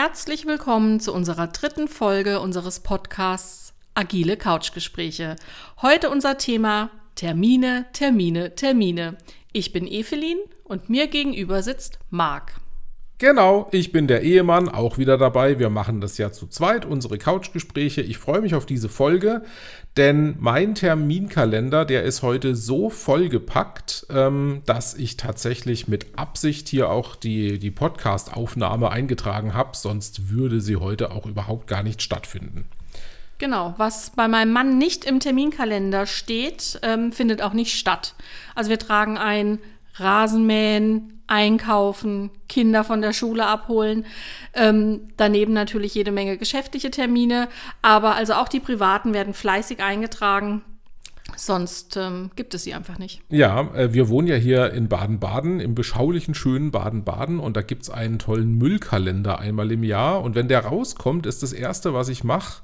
Herzlich willkommen zu unserer 3. Folge unseres Podcasts Agile Couchgespräche. Heute unser Thema Termine, Termine, Termine. Ich bin Evelyn und mir gegenüber sitzt Marc. Genau, ich bin der Ehemann, auch wieder dabei. Wir machen das ja zu zweit, unsere Couchgespräche. Ich freue mich auf diese Folge, denn mein Terminkalender, der ist heute so vollgepackt, dass ich tatsächlich mit Absicht hier auch die Podcast-Aufnahme eingetragen habe, sonst würde sie heute auch überhaupt gar nicht stattfinden. Genau, was bei meinem Mann nicht im Terminkalender steht, findet auch nicht statt. Also wir tragen ein Rasenmähen, Einkaufen, Kinder von der Schule abholen, daneben natürlich jede Menge geschäftliche Termine, aber also auch die privaten werden fleißig eingetragen, sonst gibt es sie einfach nicht. Ja, wir wohnen ja hier in Baden-Baden, im beschaulichen, schönen Baden-Baden und da gibt es einen tollen Müllkalender einmal im Jahr und wenn der rauskommt, ist das Erste, was ich mache,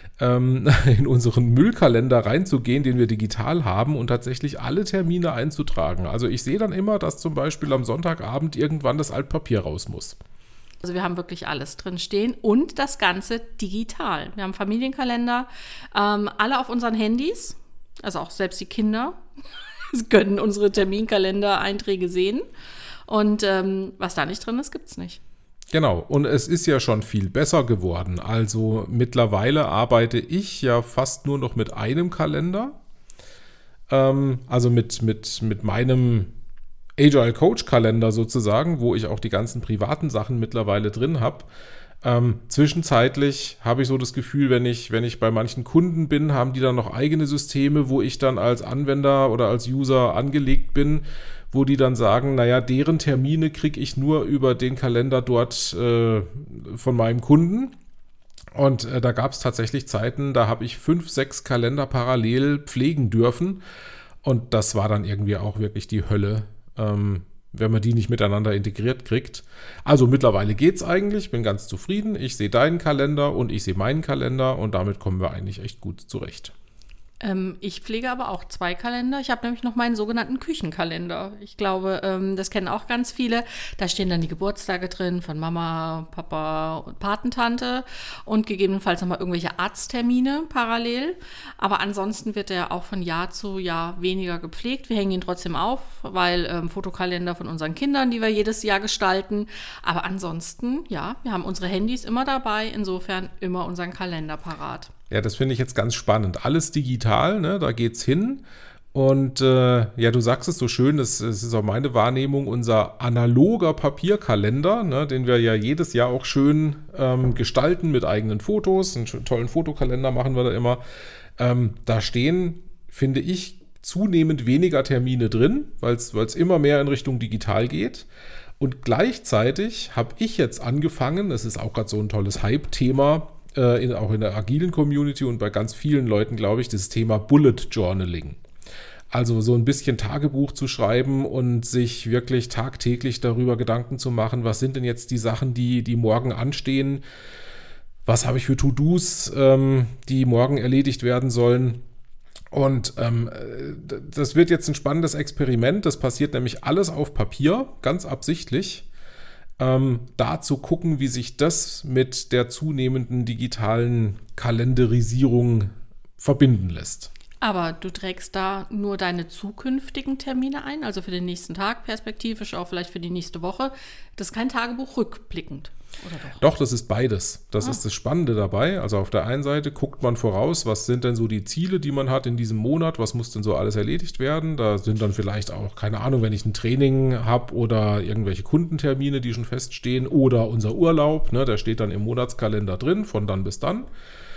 in unseren Müllkalender reinzugehen, den wir digital haben und tatsächlich alle Termine einzutragen. Also ich sehe dann immer, dass zum Beispiel am Sonntagabend irgendwann das Altpapier raus muss. Also wir haben wirklich alles drin stehen und das Ganze digital. Wir haben Familienkalender, alle auf unseren Handys, also auch selbst die Kinder können unsere Terminkalender-Einträge sehen und was da nicht drin ist, gibt es nicht. Genau, und es ist ja schon viel besser geworden. Also mittlerweile arbeite ich ja fast nur noch mit einem Kalender. Also mit meinem Agile Coach Kalender sozusagen, wo ich auch die ganzen privaten Sachen mittlerweile drin habe. Zwischenzeitlich habe ich so das Gefühl, wenn ich bei manchen Kunden bin, haben die dann noch eigene Systeme, wo ich dann als Anwender oder als User angelegt bin, wo die dann sagen, naja, deren Termine kriege ich nur über den Kalender dort von meinem Kunden. Und da gab es tatsächlich Zeiten, da habe ich 5, 6 Kalender parallel pflegen dürfen. Und das war dann irgendwie auch wirklich die Hölle, wenn man die nicht miteinander integriert kriegt. Also mittlerweile geht's eigentlich, bin ganz zufrieden. Ich sehe deinen Kalender und ich sehe meinen Kalender und damit kommen wir eigentlich echt gut zurecht. Ich pflege aber auch 2 Kalender. Ich habe nämlich noch meinen sogenannten Küchenkalender. Ich glaube, das kennen auch ganz viele. Da stehen dann die Geburtstage drin von Mama, Papa und Patentante und gegebenenfalls nochmal irgendwelche Arzttermine parallel. Aber ansonsten wird er auch von Jahr zu Jahr weniger gepflegt. Wir hängen ihn trotzdem auf, weil Fotokalender von unseren Kindern, die wir jedes Jahr gestalten. Aber ansonsten, ja, wir haben unsere Handys immer dabei. Insofern immer unseren Kalender parat. Ja, das finde ich jetzt ganz spannend. Alles digital, ne? Da geht's hin. Und ja, du sagst es so schön, das ist auch meine Wahrnehmung, unser analoger Papierkalender, ne, den wir ja jedes Jahr auch schön gestalten mit eigenen Fotos. Einen tollen Fotokalender machen wir da immer. Da stehen, finde ich, zunehmend weniger Termine drin, weil es immer mehr in Richtung digital geht. Und gleichzeitig habe ich jetzt angefangen, das ist auch gerade so ein tolles Hype-Thema, auch in der agilen Community und bei ganz vielen Leuten, glaube ich, das Thema Bullet Journaling. Also so ein bisschen Tagebuch zu schreiben und sich wirklich tagtäglich darüber Gedanken zu machen, was sind denn jetzt die Sachen, die morgen anstehen, was habe ich für To-Dos, die morgen erledigt werden sollen. Und das wird jetzt ein spannendes Experiment, das passiert nämlich alles auf Papier, ganz absichtlich. Da zu gucken, wie sich das mit der zunehmenden digitalen Kalendarisierung verbinden lässt. Aber du trägst da nur deine zukünftigen Termine ein, also für den nächsten Tag, perspektivisch auch vielleicht für die nächste Woche. Das ist kein Tagebuch rückblickend, oder doch? Doch, das ist beides. Das ist das Spannende dabei. Also auf der einen Seite guckt man voraus, was sind denn so die Ziele, die man hat in diesem Monat, was muss denn so alles erledigt werden. Da sind dann vielleicht auch, keine Ahnung, wenn ich ein Training habe oder irgendwelche Kundentermine, die schon feststehen oder unser Urlaub, ne, der steht dann im Monatskalender drin, von dann bis dann.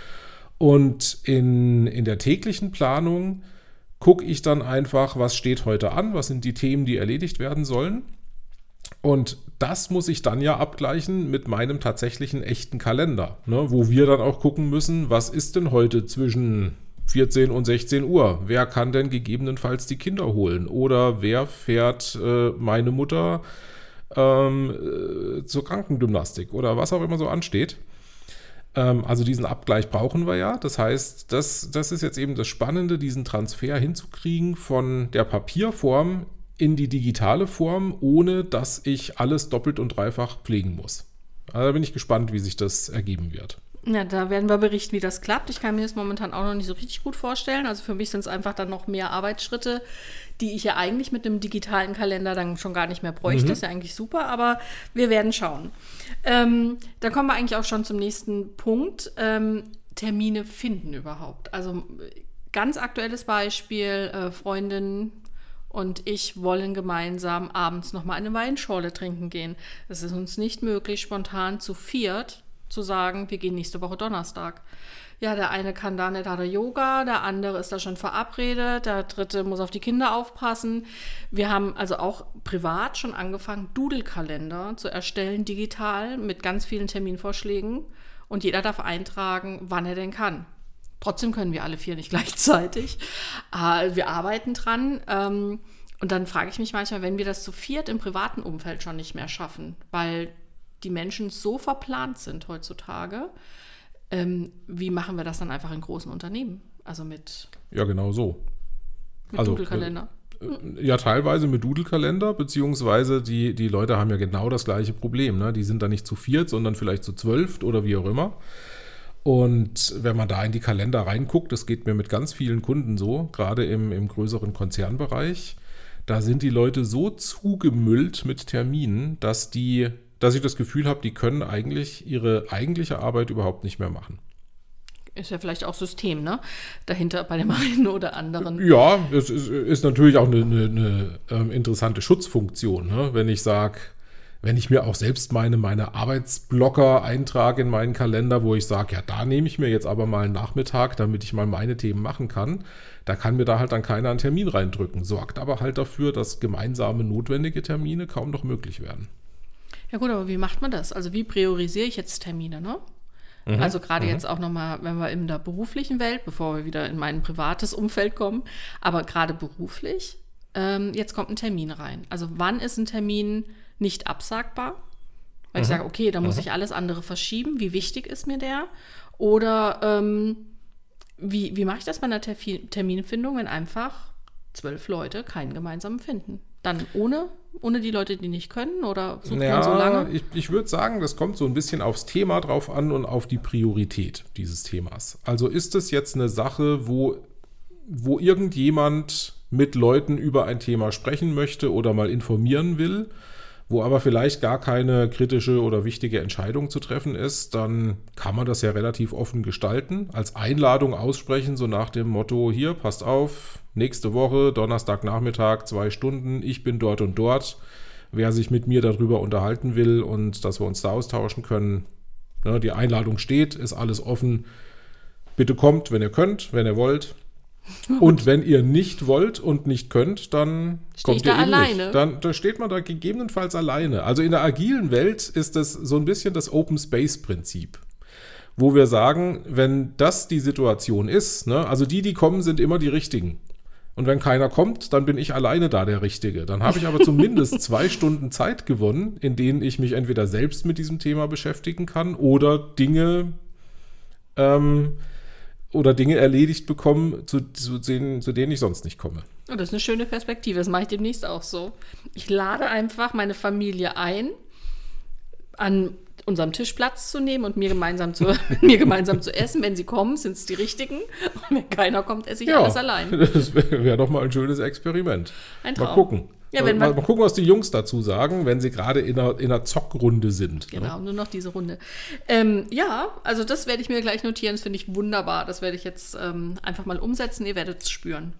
Und in der täglichen Planung gucke ich dann einfach, was steht heute an, was sind die Themen, die erledigt werden sollen. Und das muss ich dann ja abgleichen mit meinem tatsächlichen echten Kalender, ne, wo wir dann auch gucken müssen, was ist denn heute zwischen 14 und 16 Uhr? Wer kann denn gegebenenfalls die Kinder holen? Oder wer fährt meine Mutter zur Krankengymnastik oder was auch immer so ansteht? Also diesen Abgleich brauchen wir ja. Das heißt, das ist jetzt eben das Spannende, diesen Transfer hinzukriegen von der Papierform in die digitale Form, ohne dass ich alles doppelt und dreifach pflegen muss. Also da bin ich gespannt, wie sich das ergeben wird. Ja, da werden wir berichten, wie das klappt. Ich kann mir das momentan auch noch nicht so richtig gut vorstellen. Also für mich sind es einfach dann noch mehr Arbeitsschritte, die ich ja eigentlich mit einem digitalen Kalender dann schon gar nicht mehr bräuchte. Das ist ja eigentlich super, aber wir werden schauen. Dann kommen wir eigentlich auch schon zum nächsten Punkt. Termine finden überhaupt. Also ganz aktuelles Beispiel, Freundin und ich wollen gemeinsam abends nochmal eine Weinschorle trinken gehen. Es ist uns nicht möglich, spontan zu viert zu sagen, wir gehen nächste Woche Donnerstag. Ja, der eine kann da nicht, hat er Yoga, der andere ist da schon verabredet, der dritte muss auf die Kinder aufpassen. Wir haben also auch privat schon angefangen, Doodle-Kalender zu erstellen, digital, mit ganz vielen Terminvorschlägen. Und jeder darf eintragen, wann er denn kann. Trotzdem können wir alle 4 nicht gleichzeitig. Wir arbeiten dran. Und dann frage ich mich manchmal, wenn wir das zu viert im privaten Umfeld schon nicht mehr schaffen, weil die Menschen so verplant sind heutzutage, wie machen wir das dann einfach in großen Unternehmen? Also mit Ja, genau so. Mit Doodle-Kalender. Ja, teilweise mit Doodle-Kalender, beziehungsweise die Leute haben ja genau das gleiche Problem. Ne? Die sind da nicht zu 4, sondern vielleicht zu 12 oder wie auch immer. Und wenn man da in die Kalender reinguckt, das geht mir mit ganz vielen Kunden so, gerade im größeren Konzernbereich, da sind die Leute so zugemüllt mit Terminen, dass ich das Gefühl habe, die können eigentlich ihre eigentliche Arbeit überhaupt nicht mehr machen. Ist ja vielleicht auch System, ne? Dahinter bei dem einen oder anderen. Ja, es ist natürlich auch eine interessante Schutzfunktion, ne? Wenn ich mir auch selbst meine Arbeitsblocker eintrage in meinen Kalender, wo ich sage, ja, da nehme ich mir jetzt aber mal einen Nachmittag, damit ich mal meine Themen machen kann, da kann mir da halt dann keiner einen Termin reindrücken. Sorgt aber halt dafür, dass gemeinsame notwendige Termine kaum noch möglich werden. Ja gut, aber wie macht man das? Also wie priorisiere ich jetzt Termine, ne? Also gerade jetzt auch nochmal, wenn wir in der beruflichen Welt, bevor wir wieder in mein privates Umfeld kommen, aber gerade beruflich, jetzt kommt ein Termin rein. Also wann ist ein Termin nicht absagbar? Weil ich sage, okay, da muss ich alles andere verschieben. Wie wichtig ist mir der? Oder wie mache ich das bei einer Terminfindung, wenn einfach 12 Leute keinen gemeinsamen finden? Dann ohne die Leute, die nicht können, oder sucht man so lange? Ich würde sagen, das kommt so ein bisschen aufs Thema drauf an und auf die Priorität dieses Themas. Also ist es jetzt eine Sache, wo irgendjemand mit Leuten über ein Thema sprechen möchte oder mal informieren will, wo aber vielleicht gar keine kritische oder wichtige Entscheidung zu treffen ist, dann kann man das ja relativ offen gestalten, als Einladung aussprechen, so nach dem Motto, hier, passt auf, nächste Woche, Donnerstagnachmittag, 2 Stunden, ich bin dort und dort. Wer sich mit mir darüber unterhalten will und dass wir uns da austauschen können, ne, die Einladung steht, ist alles offen. Bitte kommt, wenn ihr könnt, wenn ihr wollt. Und wenn ihr nicht wollt und nicht könnt, dann kommt ihr eben nicht. Dann steht man da gegebenenfalls alleine. Also in der agilen Welt ist das so ein bisschen das Open Space Prinzip, wo wir sagen, wenn das die Situation ist, ne, also die kommen, sind immer die Richtigen. Und wenn keiner kommt, dann bin ich alleine da der Richtige. Dann habe ich aber zumindest 2 Stunden Zeit gewonnen, in denen ich mich entweder selbst mit diesem Thema beschäftigen kann oder Dinge erledigt bekommen, zu denen ich sonst nicht komme. Oh, das ist eine schöne Perspektive. Das mache ich demnächst auch so. Ich lade einfach meine Familie ein, an unserem Tisch Platz zu nehmen und mit mir gemeinsam zu essen. Wenn sie kommen, sind es die Richtigen. Und wenn keiner kommt, esse ich alles allein. Das wäre doch mal ein schönes Experiment. Ein Traum. Mal gucken. Ja, mal gucken, was die Jungs dazu sagen, wenn sie gerade in einer Zockrunde sind. Genau, nur noch diese Runde. Ja, also das werde ich mir gleich notieren. Das finde ich wunderbar. Das werde ich jetzt einfach mal umsetzen. Ihr werdet es spüren.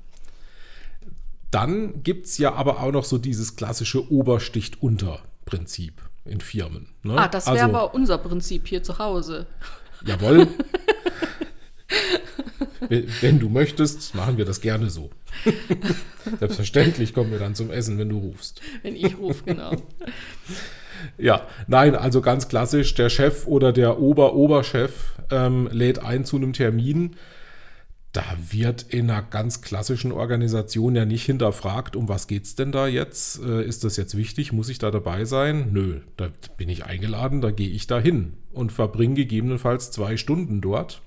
Dann gibt es ja aber auch noch so dieses klassische Obersticht-Unter-Prinzip in Firmen. Ne? Das wäre aber unser Prinzip hier zu Hause. Jawohl. Wenn du möchtest, machen wir das gerne so. Selbstverständlich kommen wir dann zum Essen, wenn du rufst. Wenn ich rufe, genau. Ja, nein, also ganz klassisch, der Chef oder der Oberchef lädt ein zu einem Termin. Da wird in einer ganz klassischen Organisation ja nicht hinterfragt, um was geht's denn da jetzt? Ist das jetzt wichtig? Muss ich da dabei sein? Nö, da bin ich eingeladen, da gehe ich da hin und verbringe gegebenenfalls 2 Stunden dort,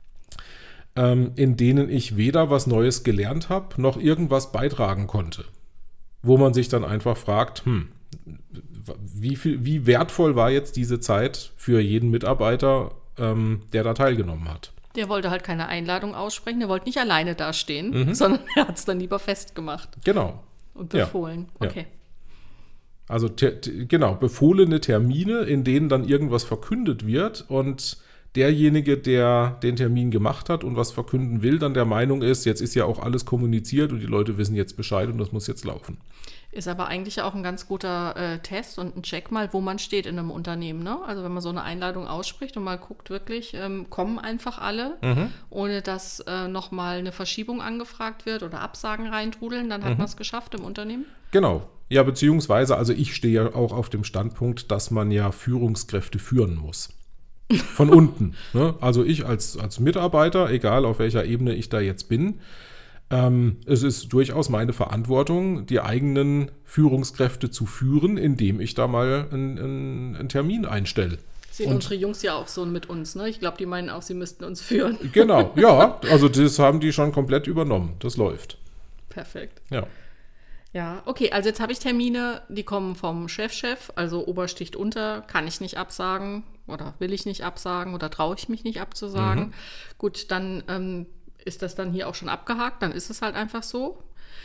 in denen ich weder was Neues gelernt habe, noch irgendwas beitragen konnte. Wo man sich dann einfach fragt, wie wertvoll war jetzt diese Zeit für jeden Mitarbeiter, der da teilgenommen hat. Der wollte halt keine Einladung aussprechen, der wollte nicht alleine dastehen, sondern er hat es dann lieber festgemacht. Genau. Und befohlen. Ja. Okay. Also genau, befohlene Termine, in denen dann irgendwas verkündet wird und derjenige, der den Termin gemacht hat und was verkünden will, dann der Meinung ist, jetzt ist ja auch alles kommuniziert und die Leute wissen jetzt Bescheid und das muss jetzt laufen. Ist aber eigentlich auch ein ganz guter Test und ein Check mal, wo man steht in einem Unternehmen. Ne? Also wenn man so eine Einladung ausspricht und mal guckt wirklich, kommen einfach alle, ohne dass nochmal eine Verschiebung angefragt wird oder Absagen reintrudeln, dann hat man es geschafft im Unternehmen. Genau. Ja, beziehungsweise, also ich stehe ja auch auf dem Standpunkt, dass man ja Führungskräfte führen muss. Von unten. Ne? Also ich als Mitarbeiter, egal auf welcher Ebene ich da jetzt bin, es ist durchaus meine Verantwortung, die eigenen Führungskräfte zu führen, indem ich da mal einen Termin einstelle. Sehen unsere Jungs ja auch so mit uns, ne? Ich glaube, die meinen auch, sie müssten uns führen. Genau, ja, also das haben die schon komplett übernommen. Das läuft. Perfekt. Ja. Ja, okay, also jetzt habe ich Termine, die kommen vom Chefchef, also Obersticht unter, kann ich nicht absagen oder will ich nicht absagen oder traue ich mich nicht abzusagen. Gut, dann ist das dann hier auch schon abgehakt, dann ist es halt einfach so.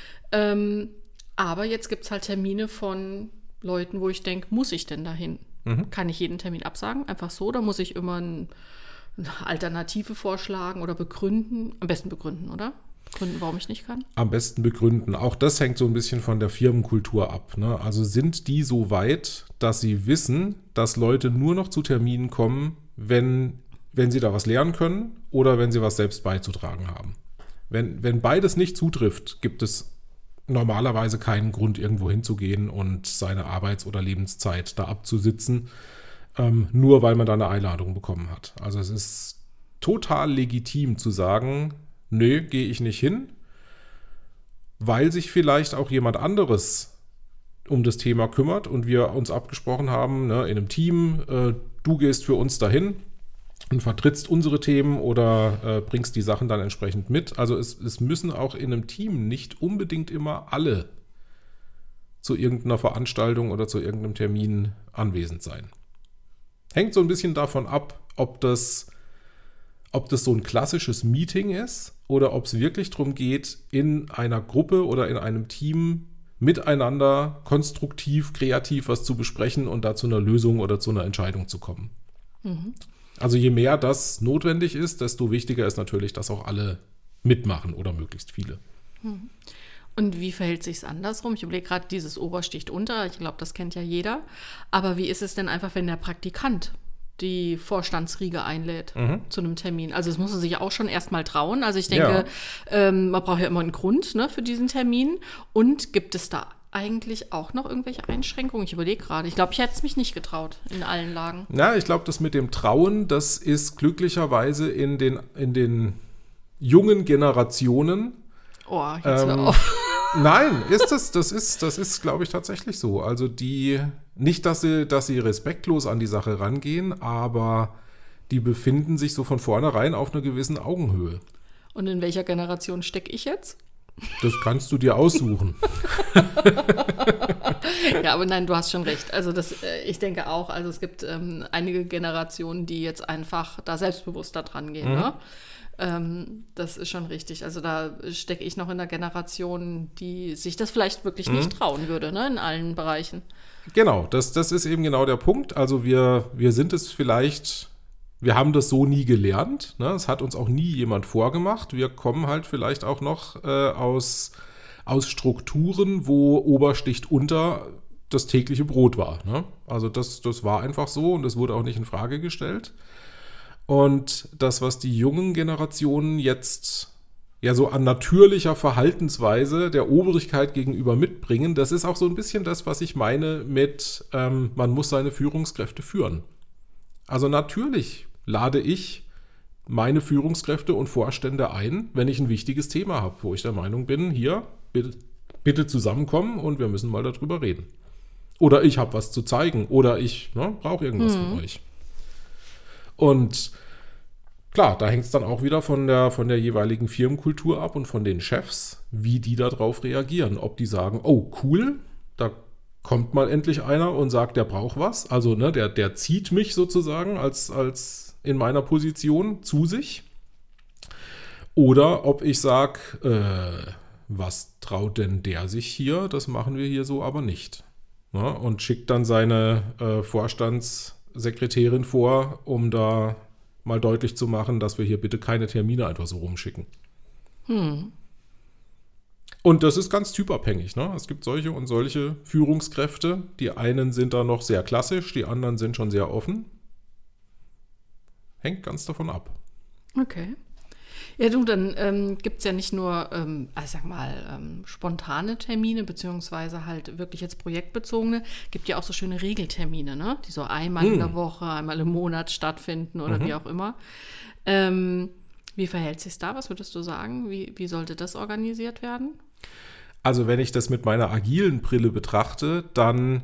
Aber jetzt gibt es halt Termine von Leuten, wo ich denke, muss ich denn dahin? Kann ich jeden Termin absagen, einfach so, oder muss ich immer eine Alternative vorschlagen oder begründen? Am besten begründen, oder? Gründen, warum ich nicht kann? Am besten begründen. Auch das hängt so ein bisschen von der Firmenkultur ab. Ne? Also sind die so weit, dass sie wissen, dass Leute nur noch zu Terminen kommen, wenn sie da was lernen können oder wenn sie was selbst beizutragen haben. Wenn beides nicht zutrifft, gibt es normalerweise keinen Grund, irgendwo hinzugehen und seine Arbeits- oder Lebenszeit da abzusitzen, nur weil man da eine Einladung bekommen hat. Also es ist total legitim zu sagen, nö, gehe ich nicht hin, weil sich vielleicht auch jemand anderes um das Thema kümmert und wir uns abgesprochen haben, ne, in einem Team, du gehst für uns dahin und vertrittst unsere Themen oder bringst die Sachen dann entsprechend mit. Also es müssen auch in einem Team nicht unbedingt immer alle zu irgendeiner Veranstaltung oder zu irgendeinem Termin anwesend sein. Hängt so ein bisschen davon ab, ob das so ein klassisches Meeting ist oder ob es wirklich darum geht, in einer Gruppe oder in einem Team miteinander konstruktiv, kreativ was zu besprechen und da zu einer Lösung oder zu einer Entscheidung zu kommen. Also je mehr das notwendig ist, desto wichtiger ist natürlich, dass auch alle mitmachen oder möglichst viele. Und wie verhält sich es andersrum? Ich überlege gerade, dieses Obersticht unter, ich glaube, das kennt ja jeder. Aber wie ist es denn einfach, wenn der Praktikant die Vorstandsriege einlädt zu einem Termin? Also das muss er sich auch schon erstmal trauen. Also ich denke, man braucht ja immer einen Grund, ne, für diesen Termin. Und gibt es da eigentlich auch noch irgendwelche Einschränkungen? Ich überlege gerade. Ich glaube, ich hätte es mich nicht getraut in allen Lagen. Ja, ich glaube, das mit dem Trauen, das ist glücklicherweise in den jungen Generationen. Oh, jetzt hör auf. Nein, das ist, glaube ich, tatsächlich so. Also nicht, dass sie respektlos an die Sache rangehen, aber die befinden sich so von vornherein auf einer gewissen Augenhöhe. Und in welcher Generation stecke ich jetzt? Das kannst du dir aussuchen. Ja, aber nein, du hast schon recht. Also ich denke auch, also es gibt einige Generationen, die jetzt einfach da selbstbewusster dran gehen. Ne? Das ist schon richtig. Also da stecke ich noch in der Generation, die sich das vielleicht wirklich nicht trauen würde, ne? In allen Bereichen. Genau, das ist eben genau der Punkt. Also wir sind es vielleicht... Wir haben das so nie gelernt, ne? Es hat uns auch nie jemand vorgemacht. Wir kommen halt vielleicht auch noch aus Strukturen, wo Obersticht unter das tägliche Brot war. Ne? Also das war einfach so und das wurde auch nicht in Frage gestellt. Und das, was die jungen Generationen jetzt ja so an natürlicher Verhaltensweise der Obrigkeit gegenüber mitbringen, das ist auch so ein bisschen das, was ich meine mit, man muss seine Führungskräfte führen. Also natürlich lade ich meine Führungskräfte und Vorstände ein, wenn ich ein wichtiges Thema habe, wo ich der Meinung bin, hier, bitte zusammenkommen und wir müssen mal darüber reden. Oder ich habe was zu zeigen oder ich brauche irgendwas von euch. Und klar, da hängt es dann auch wieder von der jeweiligen Firmenkultur ab und von den Chefs, wie die darauf reagieren. Ob die sagen, oh cool, da kommt mal endlich einer und sagt, der braucht was. Also ne, der zieht mich sozusagen als in meiner Position zu sich. Oder ob ich sage, was traut denn der sich hier? Das machen wir hier so aber nicht. Ja, und schickt dann seine Vorstandssekretärin vor, um da mal deutlich zu machen, dass wir hier bitte keine Termine einfach so rumschicken. Und das ist ganz typabhängig. Ne? Es gibt solche und solche Führungskräfte. Die einen sind da noch sehr klassisch, die anderen sind schon sehr offen. Hängt ganz davon ab. Okay. Ja, du, dann gibt es ja nicht nur, spontane Termine, beziehungsweise halt wirklich jetzt projektbezogene. Gibt ja auch so schöne Regeltermine, ne? Die so einmal in der Woche, einmal im Monat stattfinden oder wie auch immer. Wie verhält sich da? Was würdest du sagen? Wie sollte das organisiert werden? Also wenn ich das mit meiner agilen Brille betrachte, dann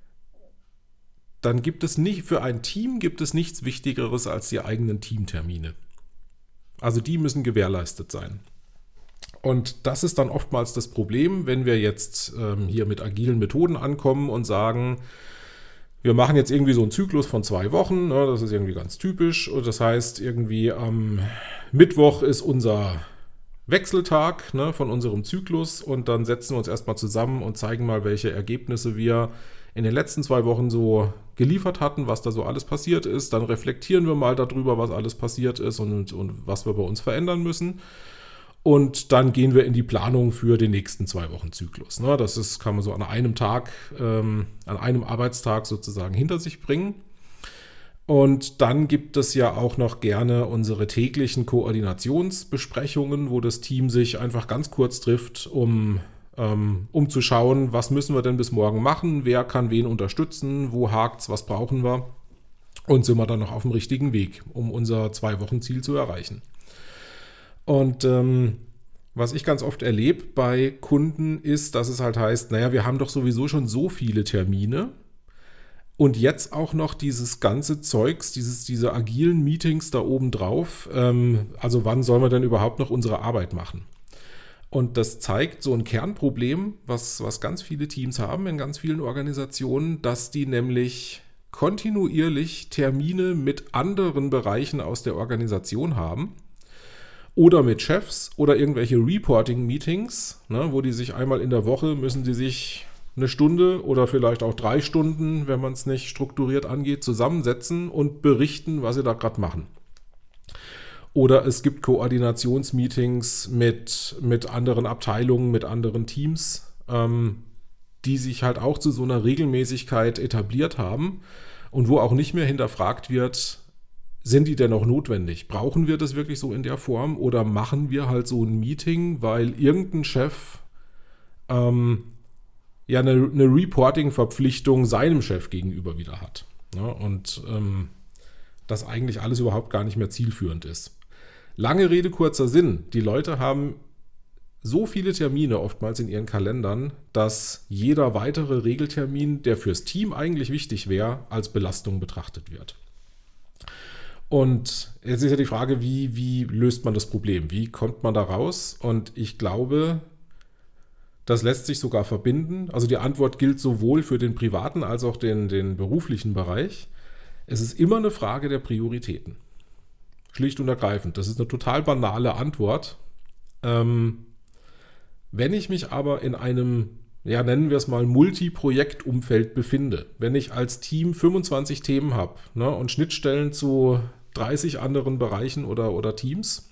gibt es nicht, für ein Team gibt es nichts Wichtigeres als die eigenen Teamtermine. Also die müssen gewährleistet sein. Und das ist dann oftmals das Problem, wenn wir jetzt hier mit agilen Methoden ankommen und sagen, wir machen jetzt irgendwie so einen Zyklus von 2 Wochen, ne, das ist irgendwie ganz typisch. Und das heißt, irgendwie am Mittwoch ist unser Wechseltag, ne, von unserem Zyklus und dann setzen wir uns erstmal zusammen und zeigen mal, welche Ergebnisse wir in den letzten 2 Wochen so geliefert hatten, was da so alles passiert ist. Dann reflektieren wir mal darüber, was alles passiert ist und was wir bei uns verändern müssen. Und dann gehen wir in die Planung für den nächsten 2 Wochen Zyklus. Ne, das kann man so an einem Tag, an einem Arbeitstag sozusagen hinter sich bringen. Und dann gibt es ja auch noch gerne unsere täglichen Koordinationsbesprechungen, wo das Team sich einfach ganz kurz trifft, um zu schauen, was müssen wir denn bis morgen machen, wer kann wen unterstützen, wo hakt's, was brauchen wir und sind wir dann noch auf dem richtigen Weg, um unser 2-Wochen-Ziel zu erreichen. Und was ich ganz oft erlebe bei Kunden ist, dass es halt heißt, naja, wir haben doch sowieso schon so viele Termine und jetzt auch noch dieses ganze Zeugs, diese agilen Meetings da oben drauf, also wann sollen wir denn überhaupt noch unsere Arbeit machen? Und das zeigt so ein Kernproblem, was ganz viele Teams haben in ganz vielen Organisationen, dass die nämlich kontinuierlich Termine mit anderen Bereichen aus der Organisation haben oder mit Chefs oder irgendwelche Reporting-Meetings, ne, wo die sich einmal in der Woche müssen die sich 1 Stunde oder vielleicht auch 3 Stunden, wenn man es nicht strukturiert angeht, zusammensetzen und berichten, was sie da gerade machen. Oder es gibt Koordinationsmeetings mit anderen Abteilungen, mit anderen Teams, die sich halt auch zu so einer Regelmäßigkeit etabliert haben und wo auch nicht mehr hinterfragt wird, sind die denn noch notwendig? Brauchen wir das wirklich so in der Form oder machen wir halt so ein Meeting, weil irgendein Chef eine Reporting-Verpflichtung seinem Chef gegenüber wieder hat. Ja, und das eigentlich alles überhaupt gar nicht mehr zielführend ist. Lange Rede, kurzer Sinn. Die Leute haben so viele Termine oftmals in ihren Kalendern, dass jeder weitere Regeltermin, der fürs Team eigentlich wichtig wäre, als Belastung betrachtet wird. Und jetzt ist ja die Frage, wie löst man das Problem? Wie kommt man da raus? Und ich glaube, das lässt sich sogar verbinden. Also die Antwort gilt sowohl für den privaten als auch den beruflichen Bereich. Es ist immer eine Frage der Prioritäten. Schlicht und ergreifend. Das ist eine total banale Antwort. Wenn ich mich aber in einem, ja nennen wir es mal, Multiprojektumfeld befinde, wenn ich als Team 25 Themen habe, ne, und Schnittstellen zu 30 anderen Bereichen oder Teams,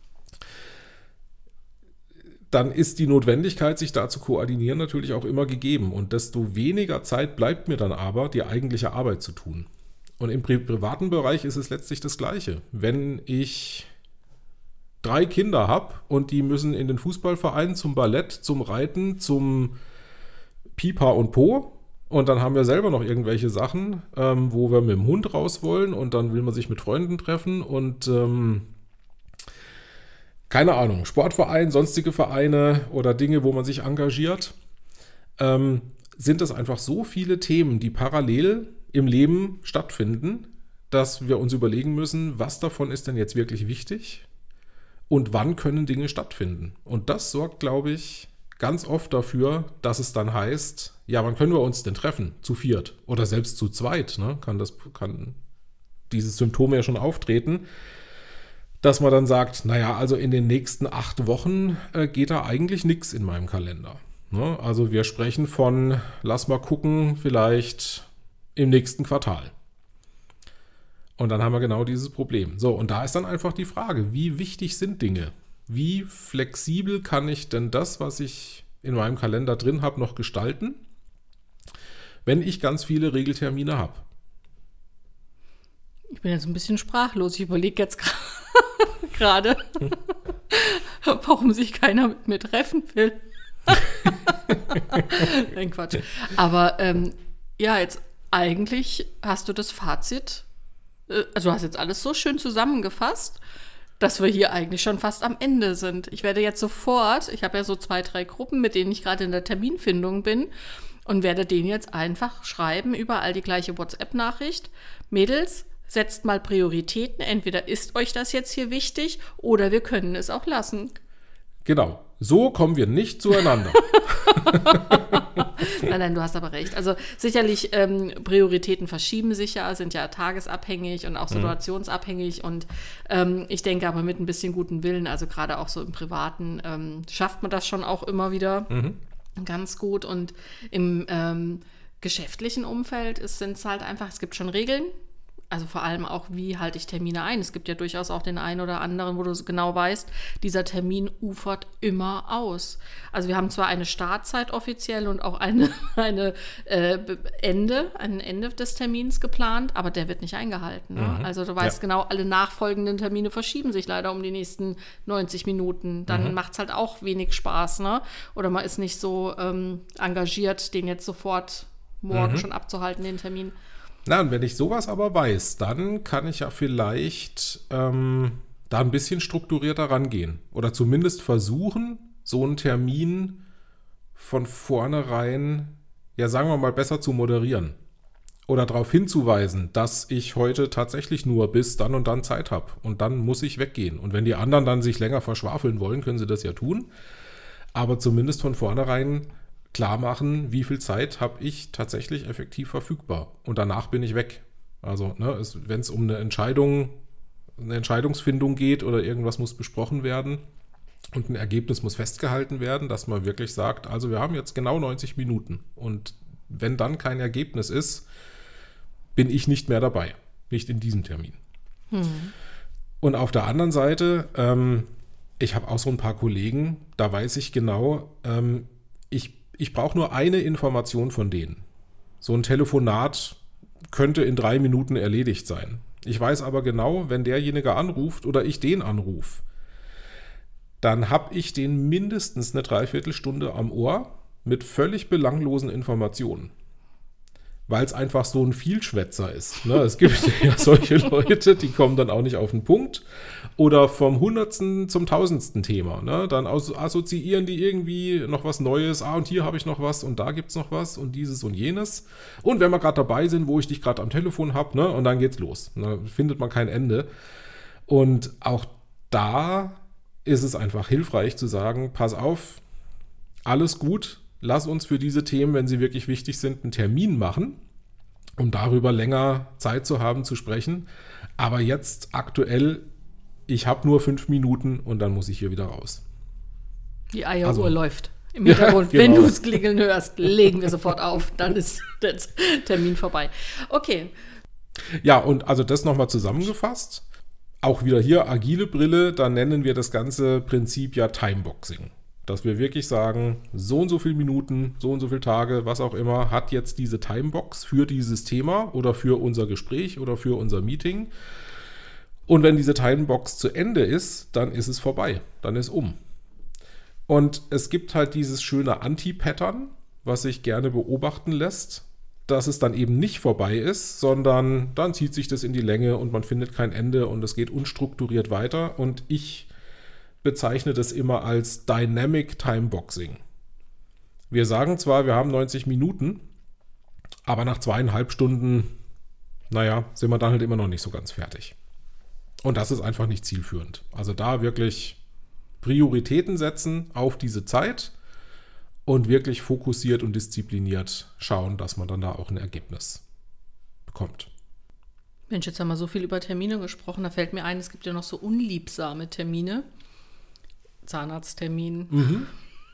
dann ist die Notwendigkeit, sich da zu koordinieren, natürlich auch immer gegeben. Und desto weniger Zeit bleibt mir dann aber, die eigentliche Arbeit zu tun. Und im privaten Bereich ist es letztlich das Gleiche. Wenn ich 3 Kinder habe und die müssen in den Fußballverein, zum Ballett, zum Reiten, zum Pipa und Po und dann haben wir selber noch irgendwelche Sachen, wo wir mit dem Hund raus wollen und dann will man sich mit Freunden treffen und keine Ahnung, Sportverein, sonstige Vereine oder Dinge, wo man sich engagiert, sind es einfach so viele Themen, die parallel im Leben stattfinden, dass wir uns überlegen müssen, was davon ist denn jetzt wirklich wichtig und wann können Dinge stattfinden. Und das sorgt, glaube ich, ganz oft dafür, dass es dann heißt, ja, wann können wir uns denn treffen? Zu viert oder selbst zu zweit, ne? Kann dieses Symptom ja schon auftreten, dass man dann sagt, naja, also in den nächsten 8 Wochen geht da eigentlich nichts in meinem Kalender. Ne? Also wir sprechen von, lass mal gucken, vielleicht im nächsten Quartal. Und dann haben wir genau dieses Problem. So, und da ist dann einfach die Frage, wie wichtig sind Dinge? Wie flexibel kann ich denn das, was ich in meinem Kalender drin habe, noch gestalten, wenn ich ganz viele Regeltermine habe? Ich bin jetzt ein bisschen sprachlos. Ich überlege jetzt gerade, warum sich keiner mit mir treffen will. Nein, Quatsch. Aber ja, jetzt eigentlich hast du das Fazit, also du hast jetzt alles so schön zusammengefasst, dass wir hier eigentlich schon fast am Ende sind. Ich werde jetzt sofort, ich habe ja so 2, 3 Gruppen, mit denen ich gerade in der Terminfindung bin und werde denen jetzt einfach schreiben, überall die gleiche WhatsApp-Nachricht. Mädels, setzt mal Prioritäten. Entweder ist euch das jetzt hier wichtig oder wir können es auch lassen. Genau, so kommen wir nicht zueinander. Nein, du hast aber recht. Also sicherlich, Prioritäten verschieben sich ja, sind ja tagesabhängig und auch situationsabhängig. Und ich denke aber mit ein bisschen guten Willen, also gerade auch so im Privaten, schafft man das schon auch immer wieder ganz gut. Und im geschäftlichen Umfeld sind es halt einfach, es gibt schon Regeln. Also vor allem auch, wie halte ich Termine ein? Es gibt ja durchaus auch den einen oder anderen, wo du genau weißt, dieser Termin ufert immer aus. Also wir haben zwar eine Startzeit offiziell und auch ein Ende des Termins geplant, aber der wird nicht eingehalten. Ne? Also du weißt genau, alle nachfolgenden Termine verschieben sich leider um die nächsten 90 Minuten. Dann macht es halt auch wenig Spaß. Ne? Oder man ist nicht so engagiert, den jetzt sofort morgen schon abzuhalten, den Termin. Na, und wenn ich sowas aber weiß, dann kann ich ja vielleicht da ein bisschen strukturierter rangehen. Oder zumindest versuchen, so einen Termin von vornherein, ja sagen wir mal, besser zu moderieren. Oder darauf hinzuweisen, dass ich heute tatsächlich nur bis dann und dann Zeit habe. Und dann muss ich weggehen. Und wenn die anderen dann sich länger verschwafeln wollen, können sie das ja tun. Aber zumindest von vornherein klar machen, wie viel Zeit habe ich tatsächlich effektiv verfügbar. Und danach bin ich weg. Also, ne, wenn es um eine Entscheidungsfindung geht oder irgendwas muss besprochen werden und ein Ergebnis muss festgehalten werden, dass man wirklich sagt, also wir haben jetzt genau 90 Minuten. Und wenn dann kein Ergebnis ist, bin ich nicht mehr dabei. Nicht in diesem Termin. Und auf der anderen Seite, ich habe auch so ein paar Kollegen, da weiß ich genau, ich brauche nur eine Information von denen. So ein Telefonat könnte in 3 Minuten erledigt sein. Ich weiß aber genau, wenn derjenige anruft oder ich den anrufe, dann habe ich den mindestens eine Dreiviertelstunde am Ohr mit völlig belanglosen Informationen. Weil es einfach so ein Vielschwätzer ist. Ne? Es gibt ja solche Leute, die kommen dann auch nicht auf den Punkt oder vom 100. zum 1000. Thema. Ne? Dann assoziieren die irgendwie noch was Neues. Und hier habe ich noch was und da gibt es noch was und dieses und jenes. Und wenn wir gerade dabei sind, wo ich dich gerade am Telefon habe, ne? Und dann geht's los. Da findet man kein Ende. Und auch da ist es einfach hilfreich zu sagen, pass auf, alles gut, lass uns für diese Themen, wenn sie wirklich wichtig sind, einen Termin machen, um darüber länger Zeit zu haben, zu sprechen. Aber jetzt aktuell, ich habe nur 5 Minuten und dann muss ich hier wieder raus. Die Eieruhr läuft im Hintergrund. Ja, genau. Wenn du es klingeln hörst, legen wir sofort auf. Dann ist der Termin vorbei. Okay. Ja, und also das nochmal zusammengefasst. Auch wieder hier agile Brille, da nennen wir das ganze Prinzip ja Timeboxing. Dass wir wirklich sagen, so und so viele Minuten, so und so viele Tage, was auch immer, hat jetzt diese Timebox für dieses Thema oder für unser Gespräch oder für unser Meeting. Und wenn diese Timebox zu Ende ist, dann ist es vorbei, dann ist um. Und es gibt halt dieses schöne Anti-Pattern, was sich gerne beobachten lässt, dass es dann eben nicht vorbei ist, sondern dann zieht sich das in die Länge und man findet kein Ende und es geht unstrukturiert weiter. Und ich bezeichne das immer als Dynamic Timeboxing. Wir sagen zwar, wir haben 90 Minuten, aber nach 2,5 Stunden, sind wir dann halt immer noch nicht so ganz fertig. Und das ist einfach nicht zielführend. Also da wirklich Prioritäten setzen auf diese Zeit und wirklich fokussiert und diszipliniert schauen, dass man dann da auch ein Ergebnis bekommt. Mensch, jetzt haben wir so viel über Termine gesprochen. Da fällt mir ein, es gibt ja noch so unliebsame Termine. Zahnarzttermin.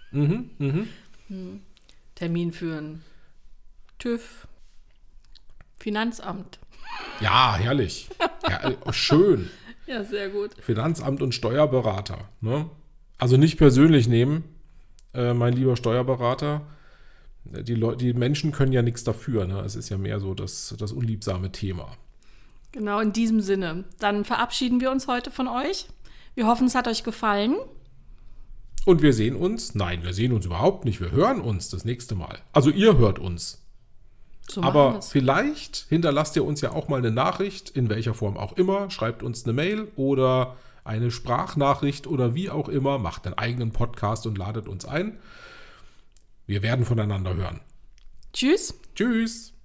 Termin für einen TÜV. Finanzamt. Ja, herrlich. Ja, schön. Ja, sehr gut. Finanzamt und Steuerberater. Ne? Also nicht persönlich nehmen, mein lieber Steuerberater. Die Menschen können ja nichts dafür. Ne? Es ist ja mehr so das unliebsame Thema. Genau, in diesem Sinne. Dann verabschieden wir uns heute von euch. Wir hoffen, es hat euch gefallen. Und wir sehen uns. Nein, wir sehen uns überhaupt nicht. Wir hören uns das nächste Mal. Also ihr hört uns. So aber vielleicht hinterlasst ihr uns ja auch mal eine Nachricht, in welcher Form auch immer. Schreibt uns eine Mail oder eine Sprachnachricht oder wie auch immer. Macht einen eigenen Podcast und ladet uns ein. Wir werden voneinander hören. Tschüss. Tschüss.